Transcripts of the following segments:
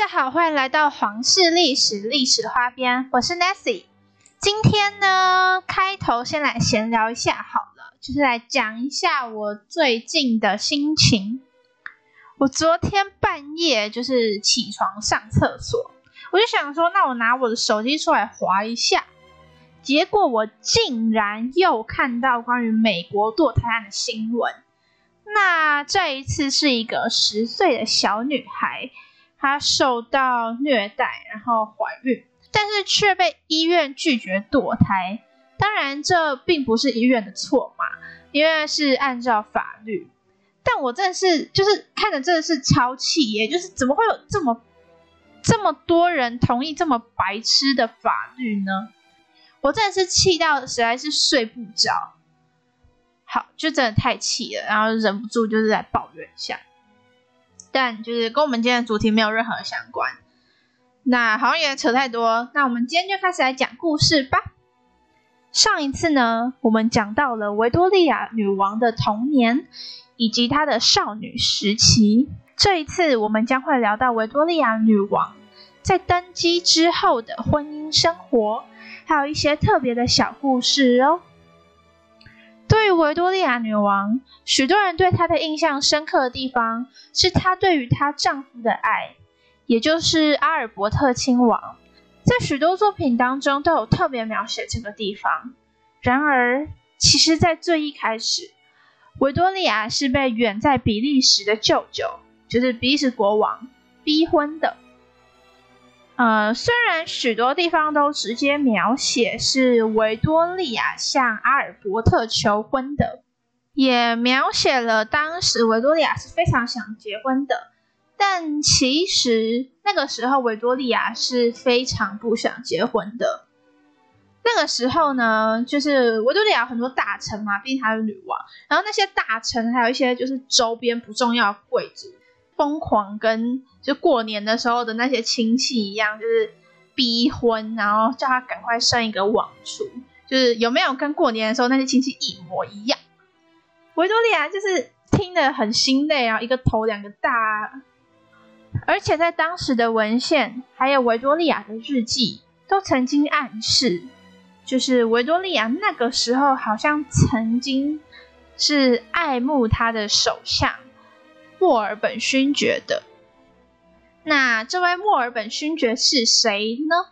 好，欢迎来到皇室历史的花边，我是 Nancy。今天呢，开头先来闲聊一下好了，就是来讲一下我最近的心情。我昨天半夜就是起床上厕所，我就想说，那我拿我的手机出来滑一下，结果我竟然又看到关于美国堕胎案的新闻。那这一次是一个10岁的小女孩，她受到虐待，然后怀孕，但是却被医院拒绝堕胎。当然这并不是医院的错嘛，因为是按照法律。但我真的是就是看着真的是超气耶，就是怎么会有这么多人同意这么白痴的法律呢？我真的是气到实在是睡不着。好，就真的太气了，然后忍不住就是来抱怨一下，但就是跟我们今天的主题没有任何相关。那好像也扯太多，那我们今天就开始来讲故事吧。上一次呢，我们讲到了维多利亚女王的童年以及她的少女时期。这一次我们将会聊到维多利亚女王在登基之后的婚姻生活，还有一些特别的小故事哦。对于维多利亚女王，许多人对她的印象深刻的地方是她对于她丈夫的爱，也就是阿尔伯特亲王。在许多作品当中都有特别描写这个地方。然而，其实在最一开始，维多利亚是被远在比利时的舅舅，就是比利时国王逼婚的。虽然许多地方都直接描写是维多利亚向阿尔伯特求婚的，也描写了当时维多利亚是非常想结婚的，但其实那个时候维多利亚是非常不想结婚的。那个时候呢，就是维多利亚有很多大臣嘛，毕竟她是女王，然后那些大臣还有一些就是周边不重要的贵族，疯狂跟就过年的时候的那些亲戚一样，就是逼婚，然后叫他赶快生一个王储，就是有没有跟过年的时候那些亲戚一模一样。维多利亚就是听得很心累啊，一个头两个大。而且在当时的文献还有维多利亚的日记都曾经暗示，就是维多利亚那个时候好像曾经是爱慕他的首相墨尔本勋爵的。那这位墨尔本勋爵是谁呢？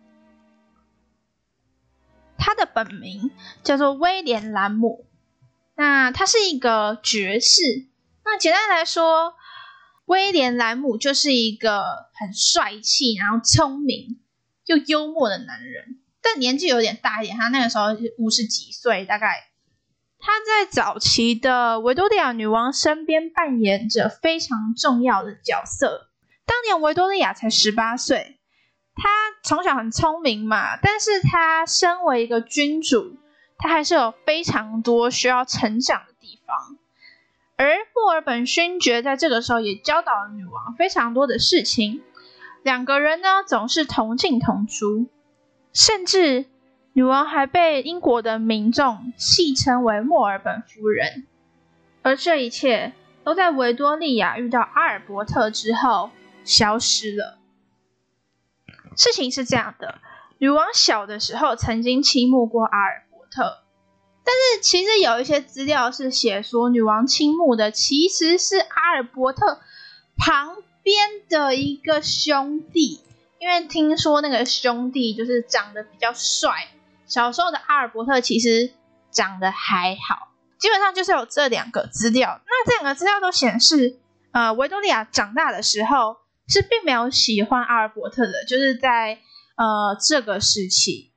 他的本名叫做威廉兰姆。那他是一个爵士。那简单来说，威廉兰姆就是一个很帅气，然后聪明又幽默的男人，但年纪有点大一点，他那个时候是50几岁大概。他在早期的维多利亚女王身边扮演着非常重要的角色。当年维多利亚才18岁，他从小很聪明嘛，但是他身为一个君主，他还是有非常多需要成长的地方。而墨尔本勋爵在这个时候也教导了女王非常多的事情，两个人呢总是同进同出，甚至女王还被英国的民众戏称为墨尔本夫人。而这一切都在维多利亚遇到阿尔伯特之后消失了。事情是这样的，女王小的时候曾经倾慕过阿尔伯特，但是其实有一些资料是写说女王倾慕的其实是阿尔伯特旁边的一个兄弟，因为听说那个兄弟就是长得比较帅，小时候的阿尔伯特其实长得还好。基本上就是有这两个资料。那这两个资料都显示维多利亚长大的时候是并没有喜欢阿尔伯特的，就是在这个时期。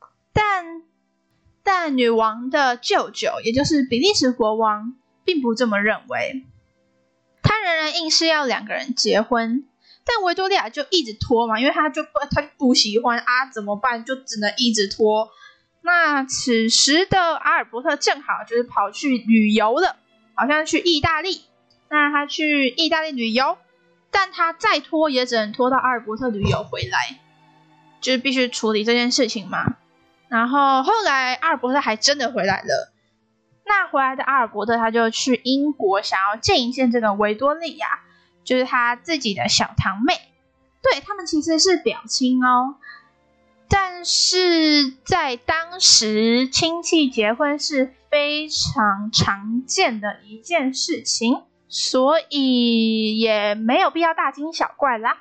但女王的舅舅，也就是比利时国王，并不这么认为。他仍然硬是要两个人结婚，但维多利亚就一直拖嘛，因为他就不喜欢啊，怎么办？就只能一直拖。那此时的阿尔伯特正好就是跑去旅游了，好像去意大利。那他去意大利旅游，但他再拖也只能拖到阿尔伯特旅游回来，就是必须处理这件事情嘛。然后后来阿尔伯特还真的回来了。那回来的阿尔伯特他就去英国想要见一见这个维多利亚，就是他自己的小堂妹。 对，他们其实是表亲哦。但是在当时，亲戚结婚是非常常见的一件事情，所以也没有必要大惊小怪啦。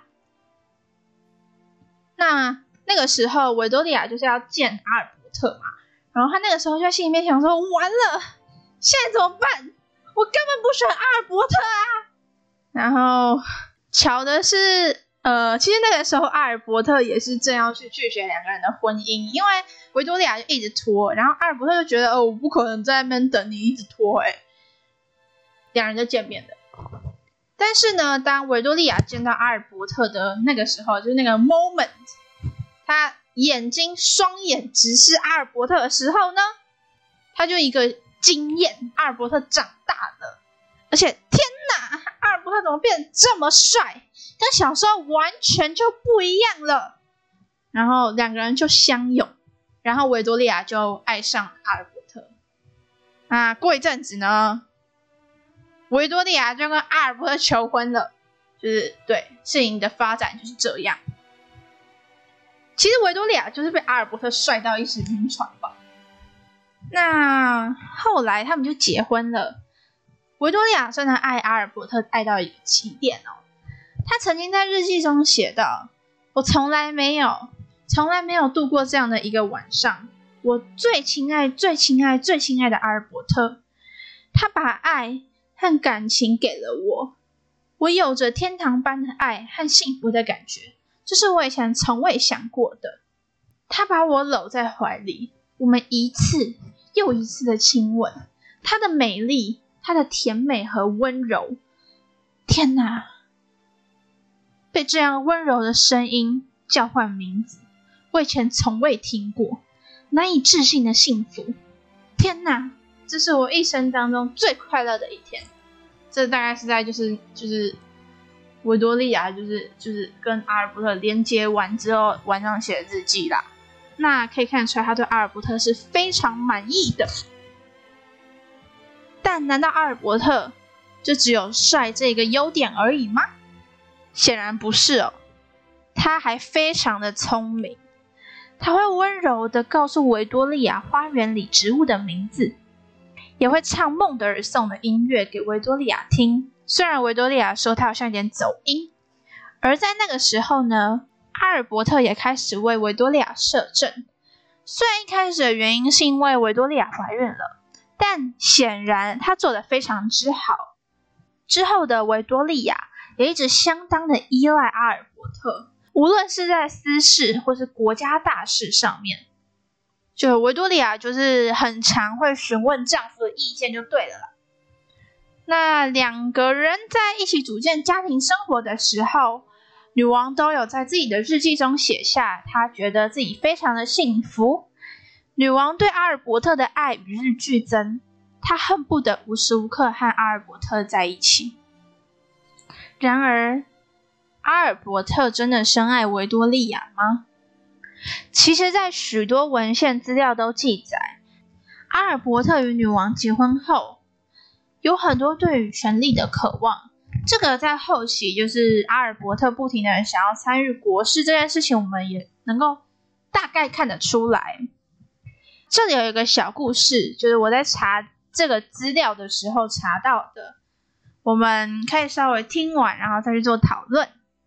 那个时候，维多利亚就是要见阿尔伯特嘛，然后他那个时候就在心里面想说：完了，现在怎么办？我根本不选阿尔伯特啊！然后巧的是，其实那个时候阿尔伯特也是正要去拒绝两个人的婚姻，因为维多利亚就一直拖，然后阿尔伯特就觉得我不可能在那边等你一直拖，两人就见面了。但是呢，当维多利亚见到阿尔伯特的那个时候，就是那个 moment， 他双眼直视阿尔伯特的时候呢，他就一个惊艳，阿尔伯特长大了，而且天哪，阿尔伯特怎么变得这么帅，跟小时候完全就不一样了。然后两个人就相拥，然后维多利亚就爱上阿尔伯特。过一阵子呢，维多利亚就跟阿尔伯特求婚了，就是对事情的发展就是这样。其实维多利亚就是被阿尔伯特帅到一时晕船吧。那后来他们就结婚了。维多利亚真的爱阿尔伯特爱到一个极点哦。他曾经在日记中写道：我从来没有度过这样的一个晚上。我最亲爱的阿尔伯特，他把爱和感情给了我，我有着天堂般的爱和幸福的感觉，这是我以前从未想过的。他把我搂在怀里，我们一次又一次的亲吻，他的美丽，他的甜美和温柔，天哪！被这样温柔的声音叫唤名字，我以前从未听过，难以置信的幸福，天哪！这是我一生当中最快乐的一天。这大概是在就是维多利亚就是跟阿尔伯特连接完之后晚上写的日记啦。那可以看出来他对阿尔伯特是非常满意的。但难道阿尔伯特就只有帅这个优点而已吗？显然不是哦，他还非常的聪明。他会温柔地告诉维多利亚花园里植物的名字，也会唱孟德尔颂的音乐给维多利亚听。虽然维多利亚说他好像有点走音。而在那个时候呢，阿尔伯特也开始为维多利亚摄政。虽然一开始的原因是因为维多利亚怀孕了，但显然他做得非常之好。之后的维多利亚也一直相当的依赖阿尔伯特，无论是在私事或是国家大事上面，就维多利亚就是很常会询问丈夫的意见就对了啦。那两个人在一起组建家庭生活的时候，女王都有在自己的日记中写下她觉得自己非常的幸福。女王对阿尔伯特的爱与日俱增，她恨不得无时无刻和阿尔伯特在一起。然而阿尔伯特真的深爱维多利亚吗？其实在许多文献资料都记载，阿尔伯特与女王结婚后有很多对于权力的渴望。这个在后期就是阿尔伯特不停的想要参与国事这件事情，我们也能够大概看得出来。这里有一个小故事，就是我在查这个资料的时候查到的，我们可以稍微听完然后再去做讨论。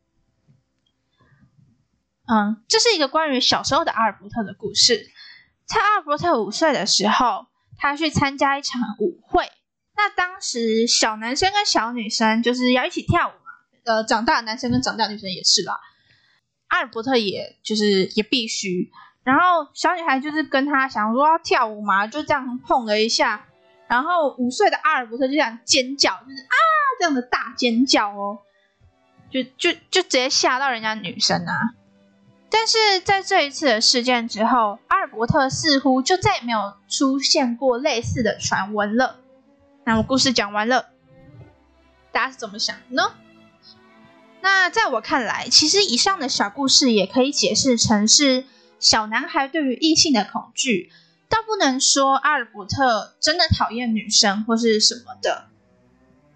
这是一个关于小时候的阿尔伯特的故事。在阿尔伯特5岁的时候，他去参加一场舞会。那当时小男生跟小女生就是要一起跳舞嘛，长大的男生跟长大的女生也是啦。阿尔伯特也必须，然后小女孩就是跟他想说要跳舞嘛，就这样碰了一下，然后5岁的阿尔伯特就这样尖叫，就是啊这样的大尖叫哦，就直接吓到人家女生啊。但是在这一次的事件之后，阿尔伯特似乎就再也没有出现过类似的传闻了。那我故事讲完了，大家是怎么想的呢？那在我看来，其实以上的小故事也可以解释成是小男孩对于异性的恐惧，倒不能说阿尔伯特真的讨厌女生或是什么的。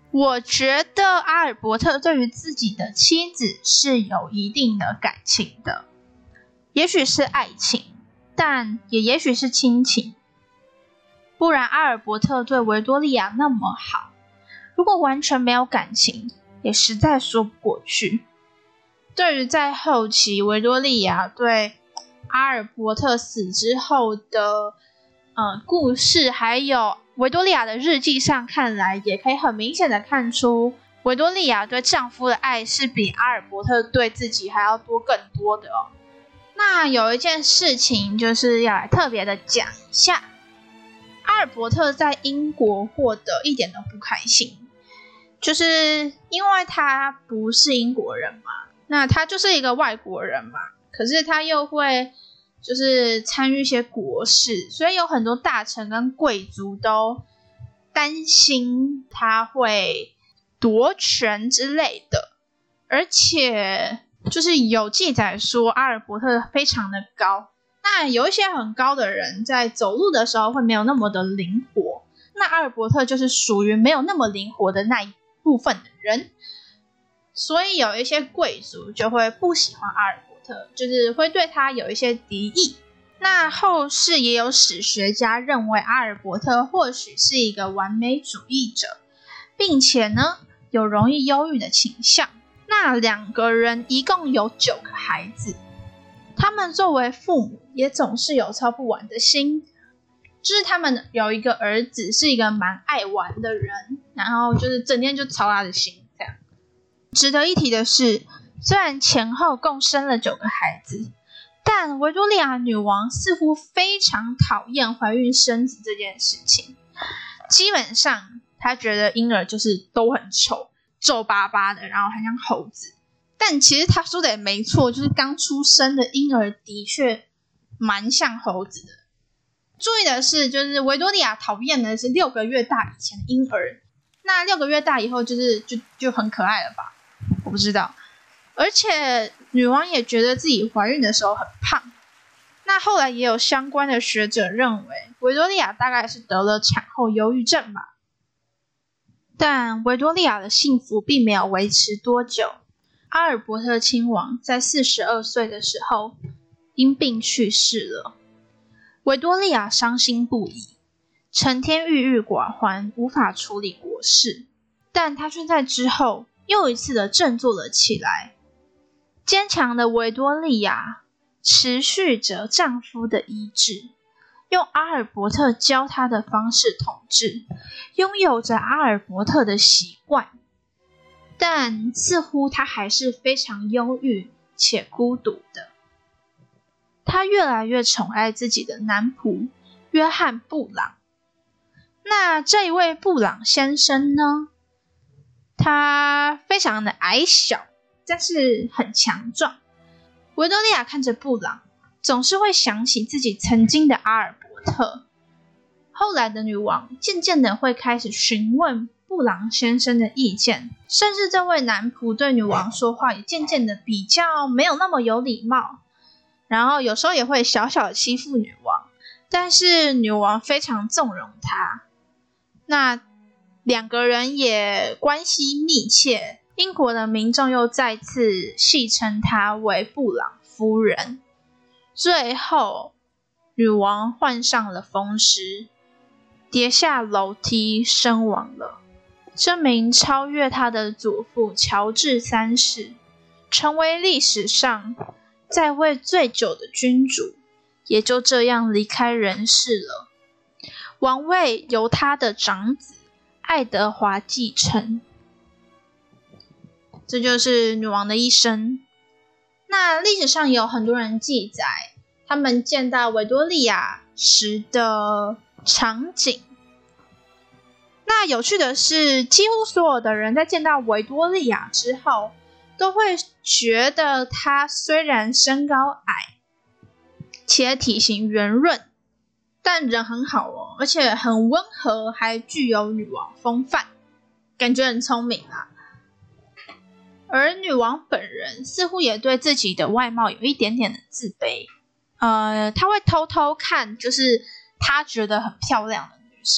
我觉得阿尔伯特对于自己的妻子是有一定的感情的，也许是爱情，但也许是亲情。不然阿尔伯特对维多利亚那么好，如果完全没有感情，也实在说不过去。对于在后期维多利亚对阿尔伯特死之后的故事，还有维多利亚的日记上看来，也可以很明显的看出维多利亚对丈夫的爱是比阿尔伯特对自己还要多更多的哦。那有一件事情就是要来特别的讲一下，阿尔伯特在英国过得一点都不开心，就是因为他不是英国人嘛，那他就是一个外国人嘛，可是他又会就是参与一些国事，所以有很多大臣跟贵族都担心他会夺权之类的，而且就是有记载说阿尔伯特非常的高，那有一些很高的人在走路的时候会没有那么的灵活，那阿尔伯特就是属于没有那么灵活的那一部分的人，所以有一些贵族就会不喜欢阿尔伯特，就是会对他有一些敌意。那后世也有史学家认为阿尔伯特或许是一个完美主义者，并且呢有容易忧郁的倾向。那两个人一共有9个孩子，他们作为父母也总是有操不完的心，就是他们有一个儿子是一个蛮爱玩的人，然后就是整天就操他的心这样。值得一提的是，虽然前后共生了9个孩子，但维多利亚女王似乎非常讨厌怀孕生子这件事情，基本上她觉得婴儿就是都很丑，皱巴巴的，然后很像猴子。但其实她说的也没错，就是刚出生的婴儿的确蛮像猴子的。注意的是，就是维多利亚讨厌的是6个月大以前的婴儿，那6个月大以后就很可爱了吧？我不知道。而且女王也觉得自己怀孕的时候很胖。那后来也有相关的学者认为，维多利亚大概是得了产后忧郁症吧。但维多利亚的幸福并没有维持多久，阿尔伯特亲王在42岁的时候因病去世了。维多利亚伤心不已，成天郁郁寡欢，无法处理国事，但她却在之后又一次的振作了起来。坚强的维多利亚持续着丈夫的遗志，用阿尔伯特教她的方式统治，拥有着阿尔伯特的习惯，但似乎她还是非常忧郁且孤独的。她越来越宠爱自己的男仆约翰·布朗。那这一位布朗先生呢，他非常的矮小，但是很强壮。维多利亚看着布朗，总是会想起自己曾经的阿尔伯特。后来的女王渐渐的会开始询问布朗先生的意见，甚至这位男仆对女王说话也渐渐的比较没有那么有礼貌，然后有时候也会小小的欺负女王，但是女王非常纵容他。那两个人也关系密切，英国的民众又再次戏称她为布朗夫人。最后女王患上了风湿，跌下楼梯身亡了。这名超越她的祖父乔治3世，成为历史上在位最久的君主，也就这样离开人世了。王位由他的长子爱德华继承。这就是女王的一生。那历史上也有很多人记载他们见到维多利亚时的场景。那有趣的是，几乎所有的人在见到维多利亚之后，都会觉得她虽然身高矮，且体型圆润，但人很好哦，而且很温和，还具有女王风范，感觉很聪明啊。而女王本人似乎也对自己的外貌有一点点的自卑，她会偷偷看就是她觉得很漂亮的女生，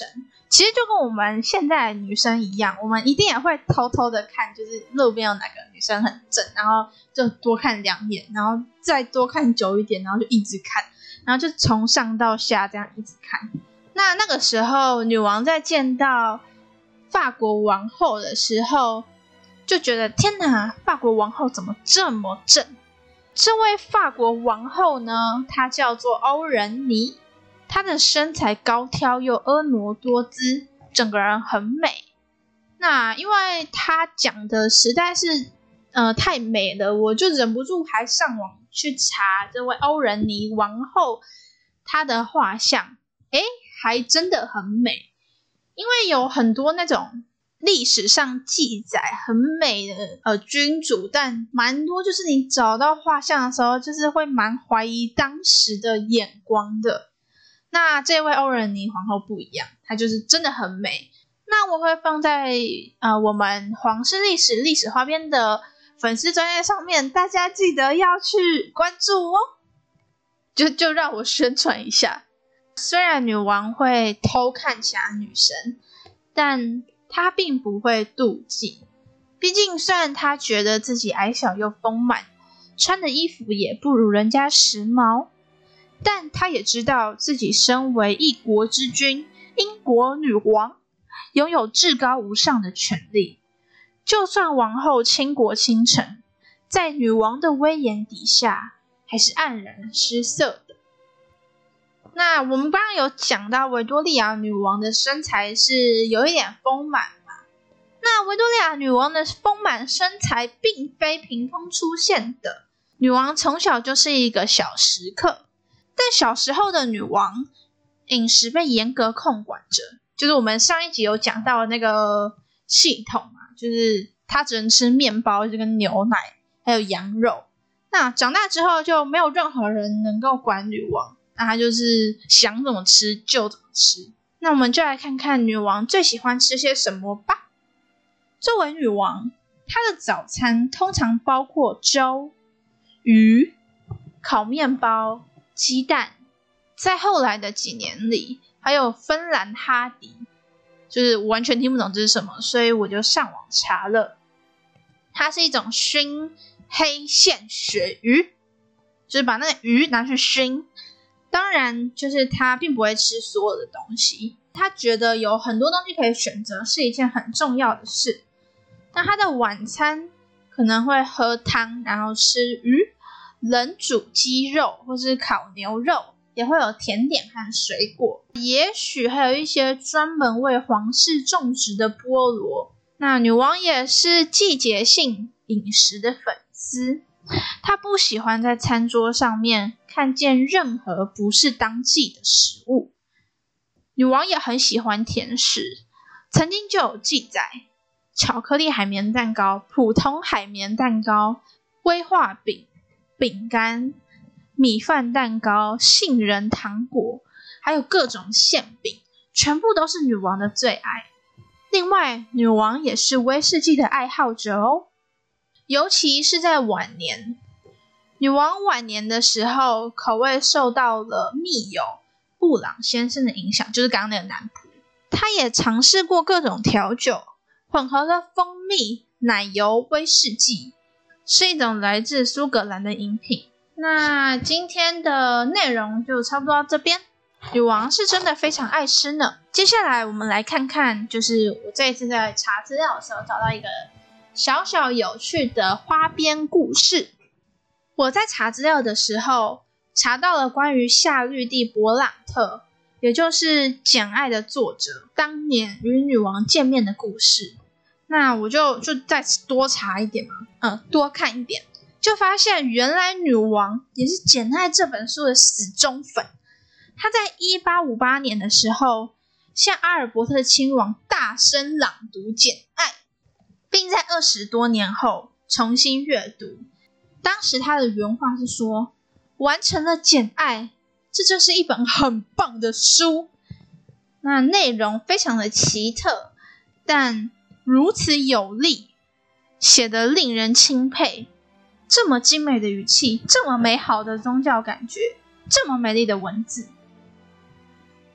其实就跟我们现在的女生一样，我们一定也会偷偷的看，就是路边有哪个女生很正，然后就多看2眼，然后再多看久一点，然后就一直看，然后就从上到下这样一直看。那个时候女王在见到法国王后的时候，就觉得天哪，法国王后怎么这么正？这位法国王后呢，她叫做欧仁妮，她的身材高挑又婀娜多姿，整个人很美。那因为她讲的实在是太美了，我就忍不住还上网去查这位欧仁妮王后她的画像，还真的很美。因为有很多那种历史上记载很美的君主，但蛮多就是你找到画像的时候，就是会蛮怀疑当时的眼光的。那这位欧仁妮皇后不一样，她就是真的很美。那我会放在我们皇室历史花边的粉丝专页上面，大家记得要去关注哦。就让我宣传一下。虽然女王会偷看其他女生，但她并不会妒忌。毕竟虽然她觉得自己矮小又丰满，穿的衣服也不如人家时髦，但她也知道自己身为一国之君，英国女王，拥有至高无上的权力。就算王后倾国倾城，在女王的威严底下，还是黯然失色的。那我们刚刚有讲到维多利亚女王的身材是有一点丰满嘛？那维多利亚女王的丰满身材并非凭空出现的，女王从小就是一个小食客，但小时候的女王饮食被严格控管着，就是我们上一集有讲到的那个系统嘛，就是她只能吃面包跟牛奶还有羊肉。那长大之后就没有任何人能够管女王，那她就是想怎么吃就怎么吃。那我们就来看看女王最喜欢吃些什么吧。作为女王，她的早餐通常包括粥、鱼、烤面包、鸡蛋。在后来的几年里，还有芬兰哈迪，就是我完全听不懂这是什么，所以我就上网查了。它是一种熏黑线鳕鱼，就是把那个鱼拿去熏。当然，就是他并不会吃所有的东西，他觉得有很多东西可以选择是一件很重要的事。那他的晚餐可能会喝汤，然后吃鱼、冷煮鸡肉或是烤牛肉，也会有甜点和水果，也许还有一些专门为皇室种植的菠萝。那女王也是季节性饮食的粉丝，她不喜欢在餐桌上面看见任何不是当季的食物。女王也很喜欢甜食，曾经就有记载，巧克力海绵蛋糕、普通海绵蛋糕、威化饼、饼干、米饭蛋糕、杏仁糖果，还有各种馅饼，全部都是女王的最爱。另外，女王也是威士忌的爱好者哦，尤其是在晚年。女王晚年的时候，口味受到了密友布朗先生的影响，就是刚刚那个男仆。他也尝试过各种调酒，混合了蜂蜜、奶油、威士忌，是一种来自苏格兰的饮品。那今天的内容就差不多到这边。女王是真的非常爱吃呢。接下来我们来看看，就是我这一次在查资料的时候找到一个小小有趣的花边故事。我在查资料的时候查到了关于夏绿蒂·勃朗特，也就是《简爱》的作者当年与女王见面的故事。那我就再多查一点嘛，多看一点，就发现原来女王也是《简爱》这本书的死忠粉。她在1858年的时候，向阿尔伯特亲王大声朗读《简爱》，并在20多年后重新阅读。当时她的原话是说，完成了《简爱》，这就是一本很棒的书。那内容非常的奇特，但如此有力，写得令人钦佩。这么精美的语气，这么美好的宗教感觉，这么美丽的文字。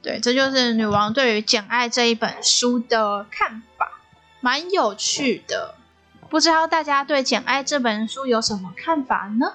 对，这就是女王对于《简爱》这一本书的看法，蛮有趣的。不知道大家对《简爱》这本书有什么看法呢？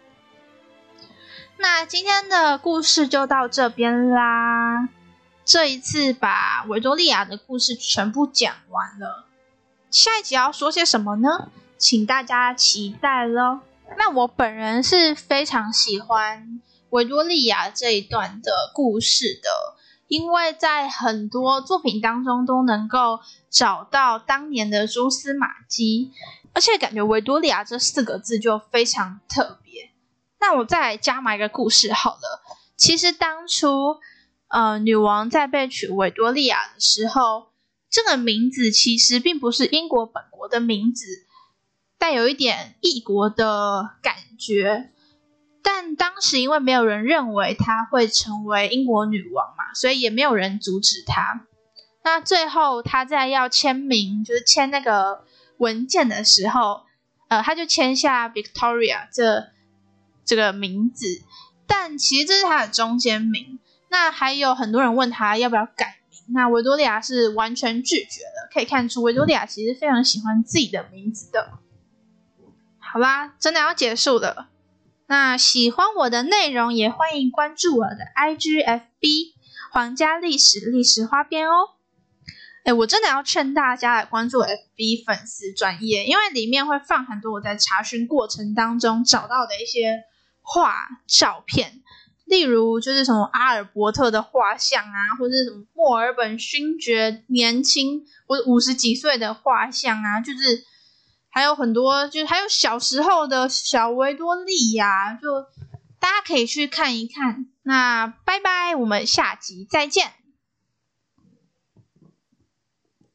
那今天的故事就到这边啦。这一次把维多利亚的故事全部讲完了，下一集要说些什么呢？请大家期待咯。那我本人是非常喜欢维多利亚这一段的故事的，因为在很多作品当中都能够找到当年的蛛丝马迹，而且感觉维多利亚这4个字就非常特别。那我再来加码一个故事好了。其实当初女王在被取维多利亚的时候，这个名字其实并不是英国本国的名字，带有一点异国的感觉。但当时因为没有人认为她会成为英国女王嘛，所以也没有人阻止她。那最后她在要签名，就是签那个文件的时候，她就签下 Victoria 这个名字，但其实这是她的中间名。那还有很多人问她要不要改名，那维多利亚是完全拒绝的，可以看出维多利亚其实非常喜欢自己的名字的。好啦，真的要结束了。那喜欢我的内容也欢迎关注我的 IGFB 皇家历史花边哦。我真的要劝大家来关注 FB 粉丝专页，因为里面会放很多我在查询过程当中找到的一些画照片，例如就是什么阿尔伯特的画像啊，或是什么墨尔本勋爵年轻或者50几岁的画像啊，就是还有很多，就是还有小时候的小维多利亚，就大家可以去看一看。那拜拜，我们下集再见。